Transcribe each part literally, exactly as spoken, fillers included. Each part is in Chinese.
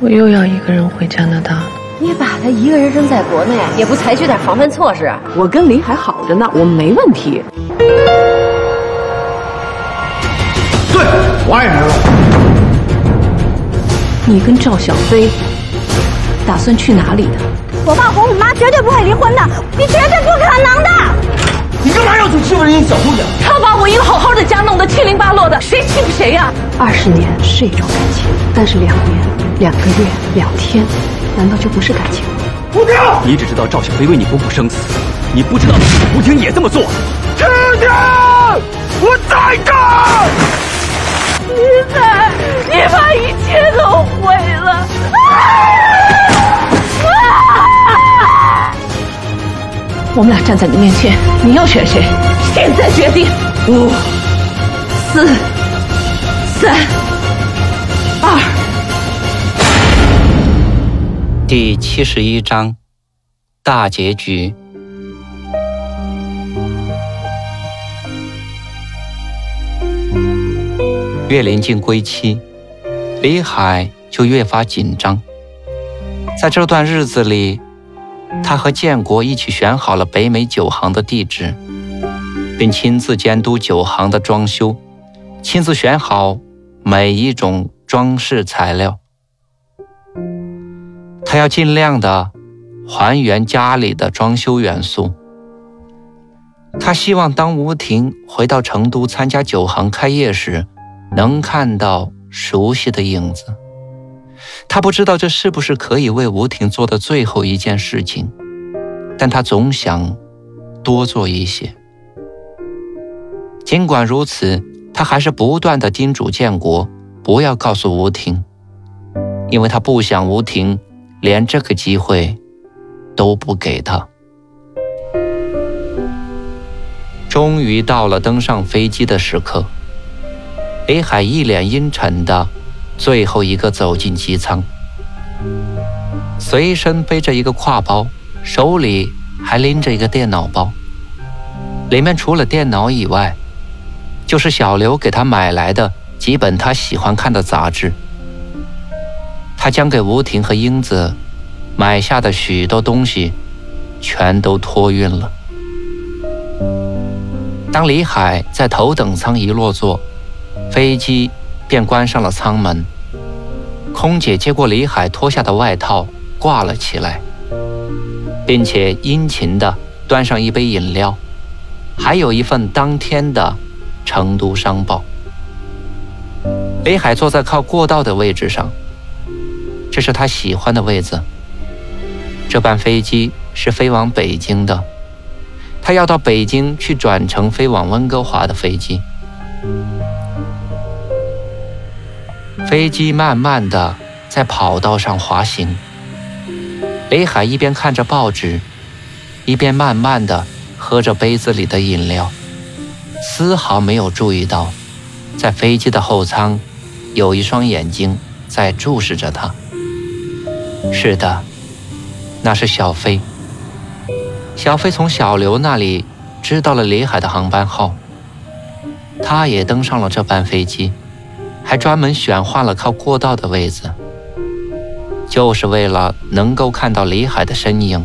我又要一个人回加拿大了。 你把他一个人扔在国内，也不采取点防范措施？ 我跟李海好着呢，我没问题。 对，我爱人了。 你跟赵小飞打算去哪里的？ 我爸和我妈绝对不会离婚的，你绝对不可能的。 你干嘛要去欺负人家小姑娘？ 他把我一个好好的家弄得七零八落的，谁欺负谁呀？二十年是一种感情，但是两年、两个月、两天，难道就不是感情？ 吴婷， 你只知道赵小飞为你不顾生死，你不知道吴婷也这么做。 婷婷，我在这儿。 你在，你把一切都毁了。我们俩站在你面前，你要选谁？现在决定。五、四、三、二。 第七十一章，大结局。越临近归期，李海就越发紧张。在这段日子里，他和建国一起选好了北美酒行的地址，并亲自监督酒行的装修，亲自选好每一种装饰材料。他要尽量的还原家里的装修元素。他希望当吴婷回到成都参加酒行开业时，能看到熟悉的影子。他不知道这是不是可以为吴婷做的最后一件事情，但他总想多做一些。尽管如此，他还是不断地叮嘱建国不要告诉吴婷，因为他不想吴婷连这个机会都不给他。终于到了登上飞机的时刻，李海一脸阴沉的最后一个走进机舱，随身背着一个挎包，手里还拎着一个电脑包，里面除了电脑以外，就是小刘给他买来的几本他喜欢看的杂志。他将给吴婷和英子买下的许多东西全都托运了。当李海在头等舱一落座，飞机便关上了舱门。空姐接过李海脱下的外套挂了起来，并且殷勤地端上一杯饮料，还有一份当天的《成都商报》。李海坐在靠过道的位置上，这是他喜欢的位子。这班飞机是飞往北京的，他要到北京去转乘飞往温哥华的飞机。飞机慢慢地在跑道上滑行，李海一边看着报纸，一边慢慢地喝着杯子里的饮料，丝毫没有注意到，在飞机的后舱有一双眼睛在注视着他。是的，那是小飞。小飞从小刘那里知道了李海的航班号，他也登上了这班飞机，还专门选换了靠过道的位子，就是为了能够看到李海的身影。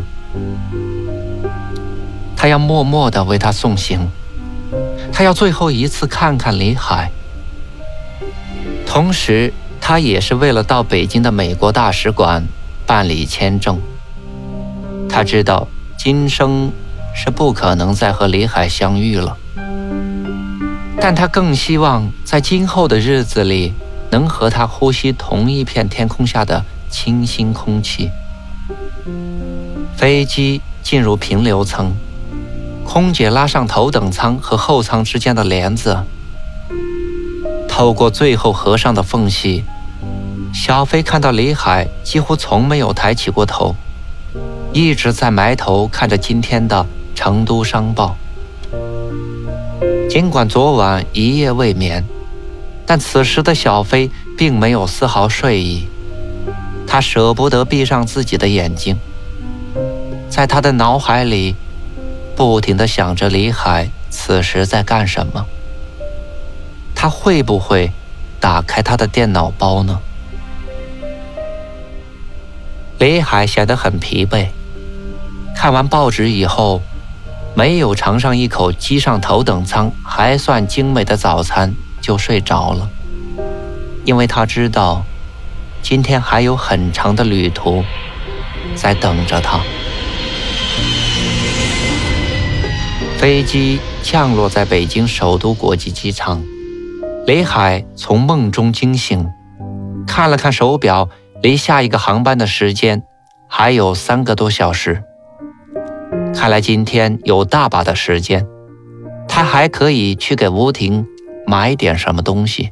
他要默默地为他送行，他要最后一次看看李海。同时，他也是为了到北京的美国大使馆办理签证。他知道今生是不可能再和李海相遇了，但他更希望在今后的日子里能和他呼吸同一片天空下的清新空气。飞机进入平流层，空姐拉上头等舱和后舱之间的帘子，透过最后合上的缝隙，小飞看到李海几乎从没有抬起过头，一直在埋头看着今天的《成都商报》。尽管昨晚一夜未眠，但此时的小飞并没有丝毫睡意。他舍不得闭上自己的眼睛，在他的脑海里不停地想着李海此时在干什么。他会不会打开他的电脑包呢？ 李海显得很疲惫，看完报纸以后，没有尝上一口机上头等舱还算精美的早餐就睡着了，因为他知道今天还有很长的旅途在等着他。飞机降落在北京首都国际机场，李海从梦中惊醒，看了看手表，离下一个航班的时间还有三个多小时。看来今天有大把的时间，他还可以去给吴婷买点什么东西。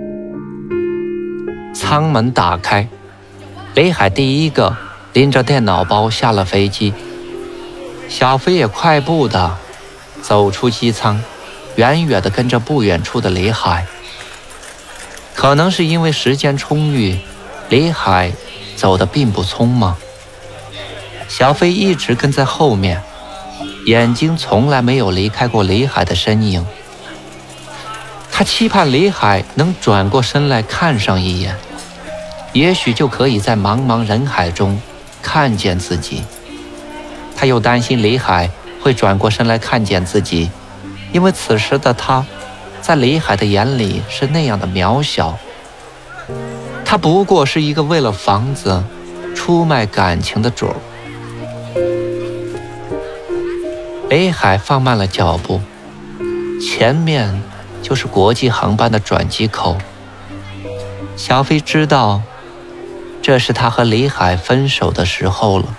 舱门打开，李海第一个拎着电脑包下了飞机，小飞也快步的走出机舱，远远地跟着不远处的李海。可能是因为时间充裕，李海走得并不匆忙，小飞一直跟在后面，眼睛从来没有离开过李海的身影。他期盼李海能转过身来看上一眼，也许就可以在茫茫人海中看见自己。他又担心李海会转过身来看见自己，因为此时的他在李海的眼里是那样的渺小。他不过是一个为了房子出卖感情的主儿。李海放慢了脚步，前面就是国际航班的转机口。小飞知道这是他和李海分手的时候了，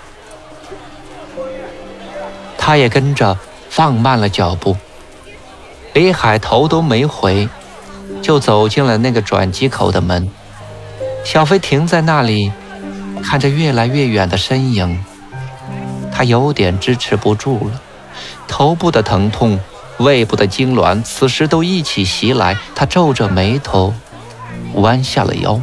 他也跟着放慢了脚步。李海头都没回就走进了那个转机口的门。小飞停在那里，看着越来越远的身影，他有点支持不住了，头部的疼痛，胃部的痉挛此时都一起袭来，他皱着眉头弯下了腰。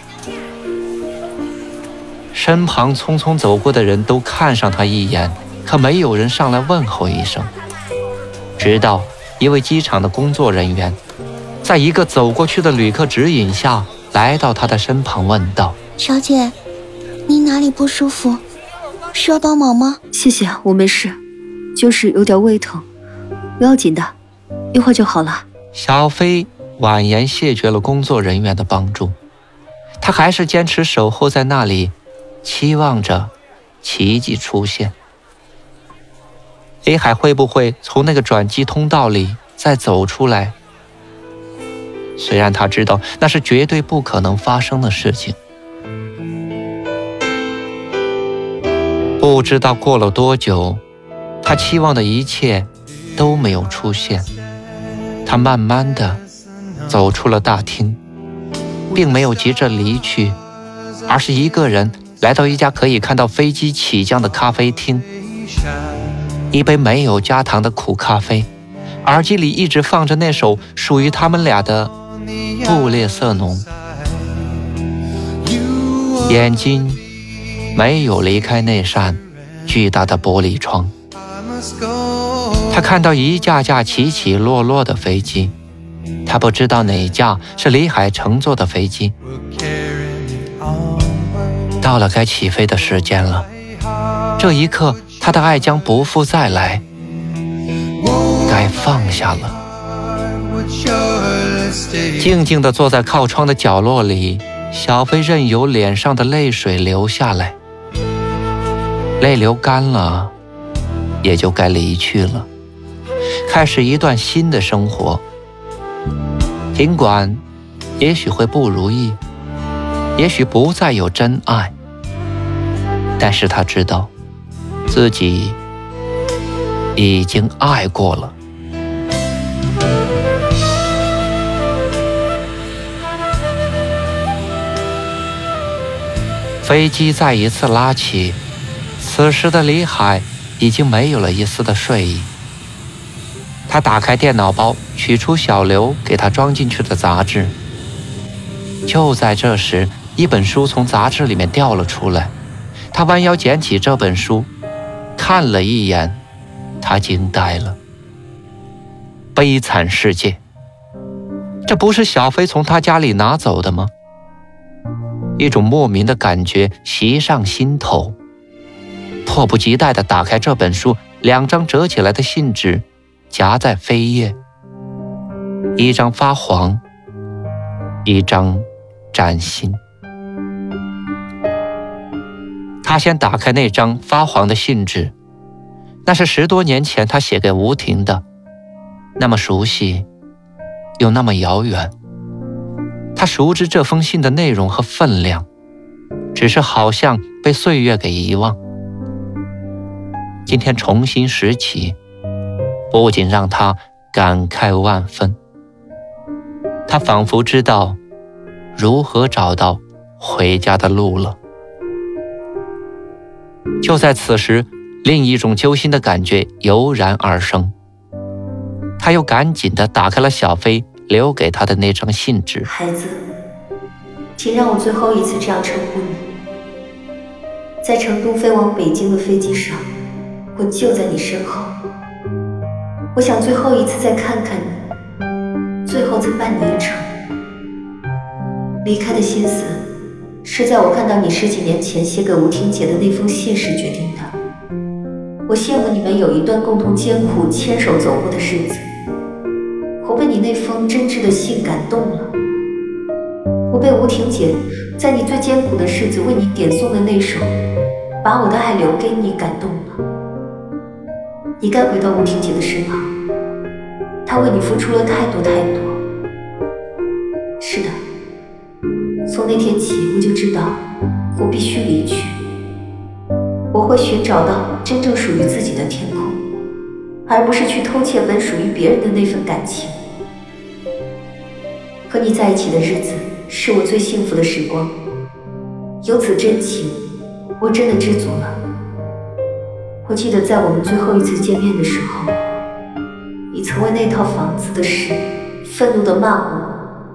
身旁匆匆走过的人都看上他一眼，可没有人上来问候一声。直到一位机场的工作人员在一个走过去的旅客指引下来到他的身旁问道： 小姐，您哪里不舒服？需要帮忙吗？ 谢谢，我没事，就是有点胃疼，不要紧的，一会儿就好了。 小飞婉言谢绝了工作人员的帮助，他还是坚持守候在那里，期望着奇迹出现。李海会不会从那个转机通道里再走出来？虽然他知道那是绝对不可能发生的事情。不知道过了多久，他期望的一切都没有出现。他慢慢地走出了大厅，并没有急着离去，而是一个人来到一家可以看到飞机起降的咖啡厅。一杯没有加糖的苦咖啡，耳机里一直放着那首属于他们俩的布列瑟农。眼睛没有离开那扇巨大的玻璃窗，他看到一架架起起落落的飞机，他不知道哪架是李海乘坐的飞机。到了该起飞的时间了，这一刻他的爱将不复再来，该放下了。静静地坐在靠窗的角落里，小飞任由脸上的泪水流下来，泪流干了，也就该离去了，开始一段新的生活。尽管也许会不如意，也许不再有真爱，但是他知道自己已经爱过了。飞机再一次拉起，此时的李海已经没有了一丝的睡意。他打开电脑包，取出小刘给他装进去的杂志。就在这时，一本书从杂志里面掉了出来，他弯腰捡起这本书，看了一眼，他惊呆了。悲惨世界，这不是小飞从他家里拿走的吗？ 一种莫名的感觉袭上心头，迫不及待地打开这本书，两张折起来的信纸夹在扉页，一张发黄，一张崭新。他先打开那张发黄的信纸，那是十多年前他写给吴婷的，那么熟悉，又那么遥远。他熟知这封信的内容和分量，只是好像被岁月给遗忘。今天重新拾起，不仅让他感慨万分，他仿佛知道如何找到回家的路了。就在此时，另一种揪心的感觉油然而生，他又赶紧地打开了小飞留给他的那张信纸。 孩子，请让我最后一次这样称呼你。在成都飞往北京的飞机上，我就在你身后。我想最后一次再看看你，最后再伴你一程。离开的心思是在我看到你十几年前写给吴婷姐的那封信时决定的。我羡慕你们有一段共同艰苦牵手走过的日子，我被你那封真挚的信感动了。我被吴婷姐在你最艰苦的日子为你点诵的那首把我的爱留给你感动了。你该回到吴婷姐的身旁，她为你付出了太多太多。是的，从那天起我就知道我必须离去，我会寻找到真正属于自己的天空，而不是去偷窃本属于别人的那份感情。和你在一起的日子是我最幸福的时光，有此真情，我真的知足了。我记得在我们最后一次见面的时候，你曾为那套房子的事愤怒地骂我，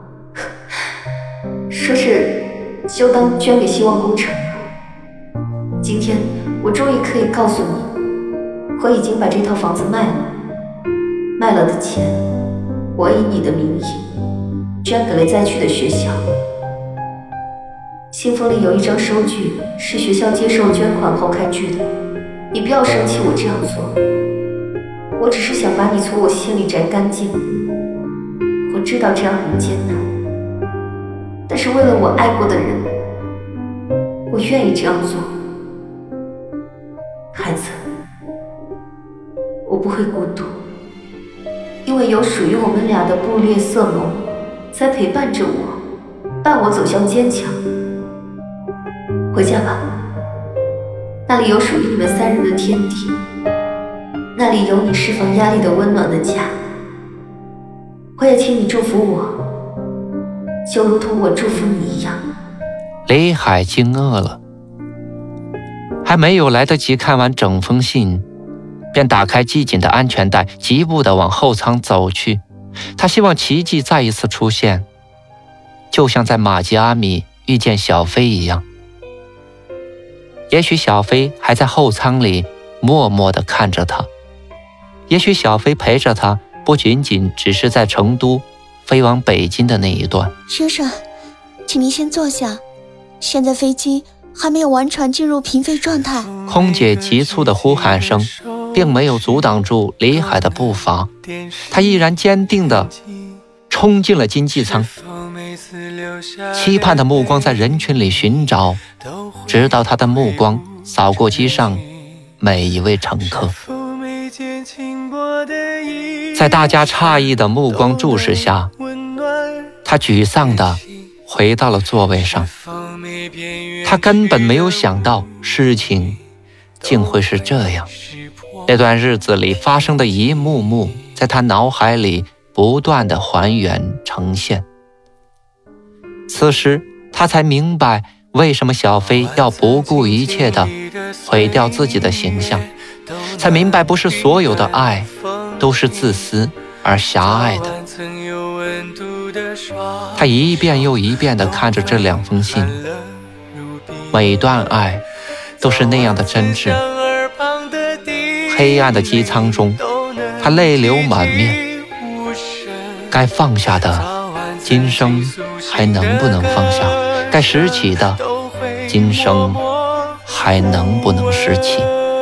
说是就当捐给希望工程了。今天我终于可以告诉你，我已经把这套房子卖了，卖了的钱我以你的名义捐给了灾区的学校。信封里有一张收据，是学校接受捐款后开具的。你不要生气我这样做，我只是想把你从我心里摘干净。我知道这样很艰难，但是为了我爱过的人，我愿意这样做。孩子，我不会孤独，因为有属于我们俩的布列瑟蒙在陪伴着我，伴我走向坚强。回家吧，那里有属于你们三人的天地，那里有你释放压力的温暖的家。我也请你祝福我，就如同我祝福你一样。 雷海惊愕了，还没有来得及看完整封信，便打开系紧的安全带，疾步地往后舱走去。他希望奇迹再一次出现，就像在马吉阿米遇见小飞一样。也许小飞还在后舱里默默地看着他，也许小飞陪着他不仅仅只是在成都飞往北京的那一段。 先生，请您先坐下，现在飞机还没有完全进入平飞状态。 空姐急促的呼喊声并没有阻挡住李海的步伐，他依然坚定地冲进了经济舱，期盼的目光在人群里寻找，直到他的目光扫过机上每一位乘客。在大家诧异的目光注视下，他沮丧地回到了座位上。他根本没有想到事情竟会是这样，那段日子里发生的一幕幕在他脑海里不断地还原呈现。此时他才明白为什么小飞要不顾一切地毁掉自己的形象，才明白不是所有的爱都是自私而狭隘的。他一遍又一遍地看着这两封信，每段爱都是那样的真挚。黑暗的机舱中，他泪流满面，该放下的今生还能不能放下？ 该拾起的，今生还能不能拾起？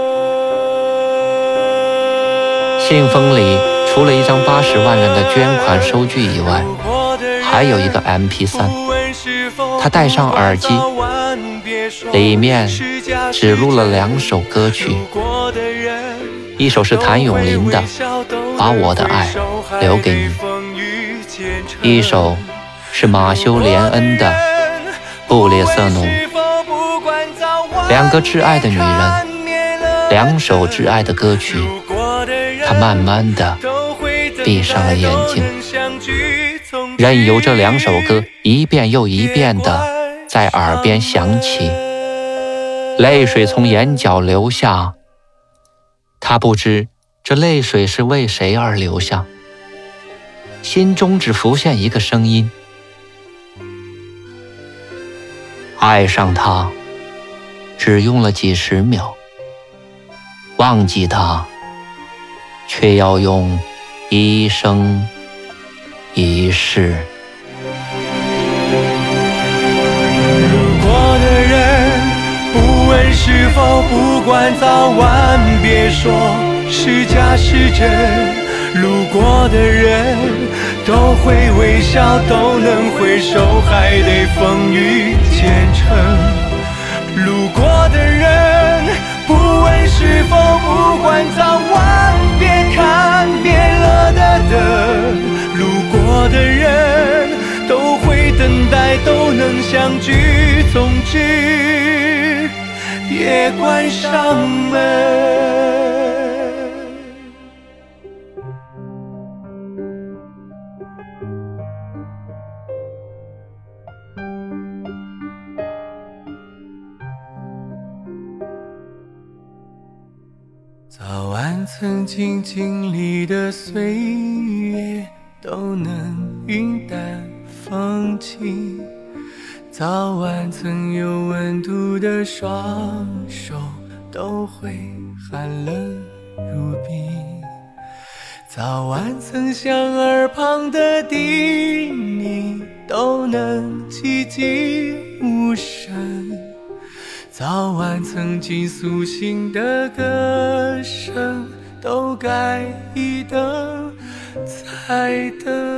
信封里除了一张八十万元的捐款收据以外，还有一个 M P 三。他戴上耳机，里面只录了两首歌曲，一首是谭咏麟的《把我的爱留给你》，一首是马修·连恩的《布列瑟农》。两个挚爱的女人，两首挚爱的歌曲，他慢慢地闭上了眼睛，任由这两首歌一遍又一遍地在耳边响起，泪水从眼角流下。他不知这泪水是为谁而流下，心中只浮现一个声音：爱上他只用了几十秒，忘记他却要用一生一世。 路过的人不问是否，不管早晚，别说是假是真，路过的人都会微笑，都能挥手，还得风雨兼程。路过的人不问是否，不管早晚，别看别乐的等，路过的人都会等待，都能相聚，总之别关上门。早晚曾经经历的岁月都能云淡风轻，早晚曾有温度的双手都会寒冷如冰，早晚曾向耳旁的叮咛都能寂静无声，早晚曾经苏醒的歌声都该一等再等。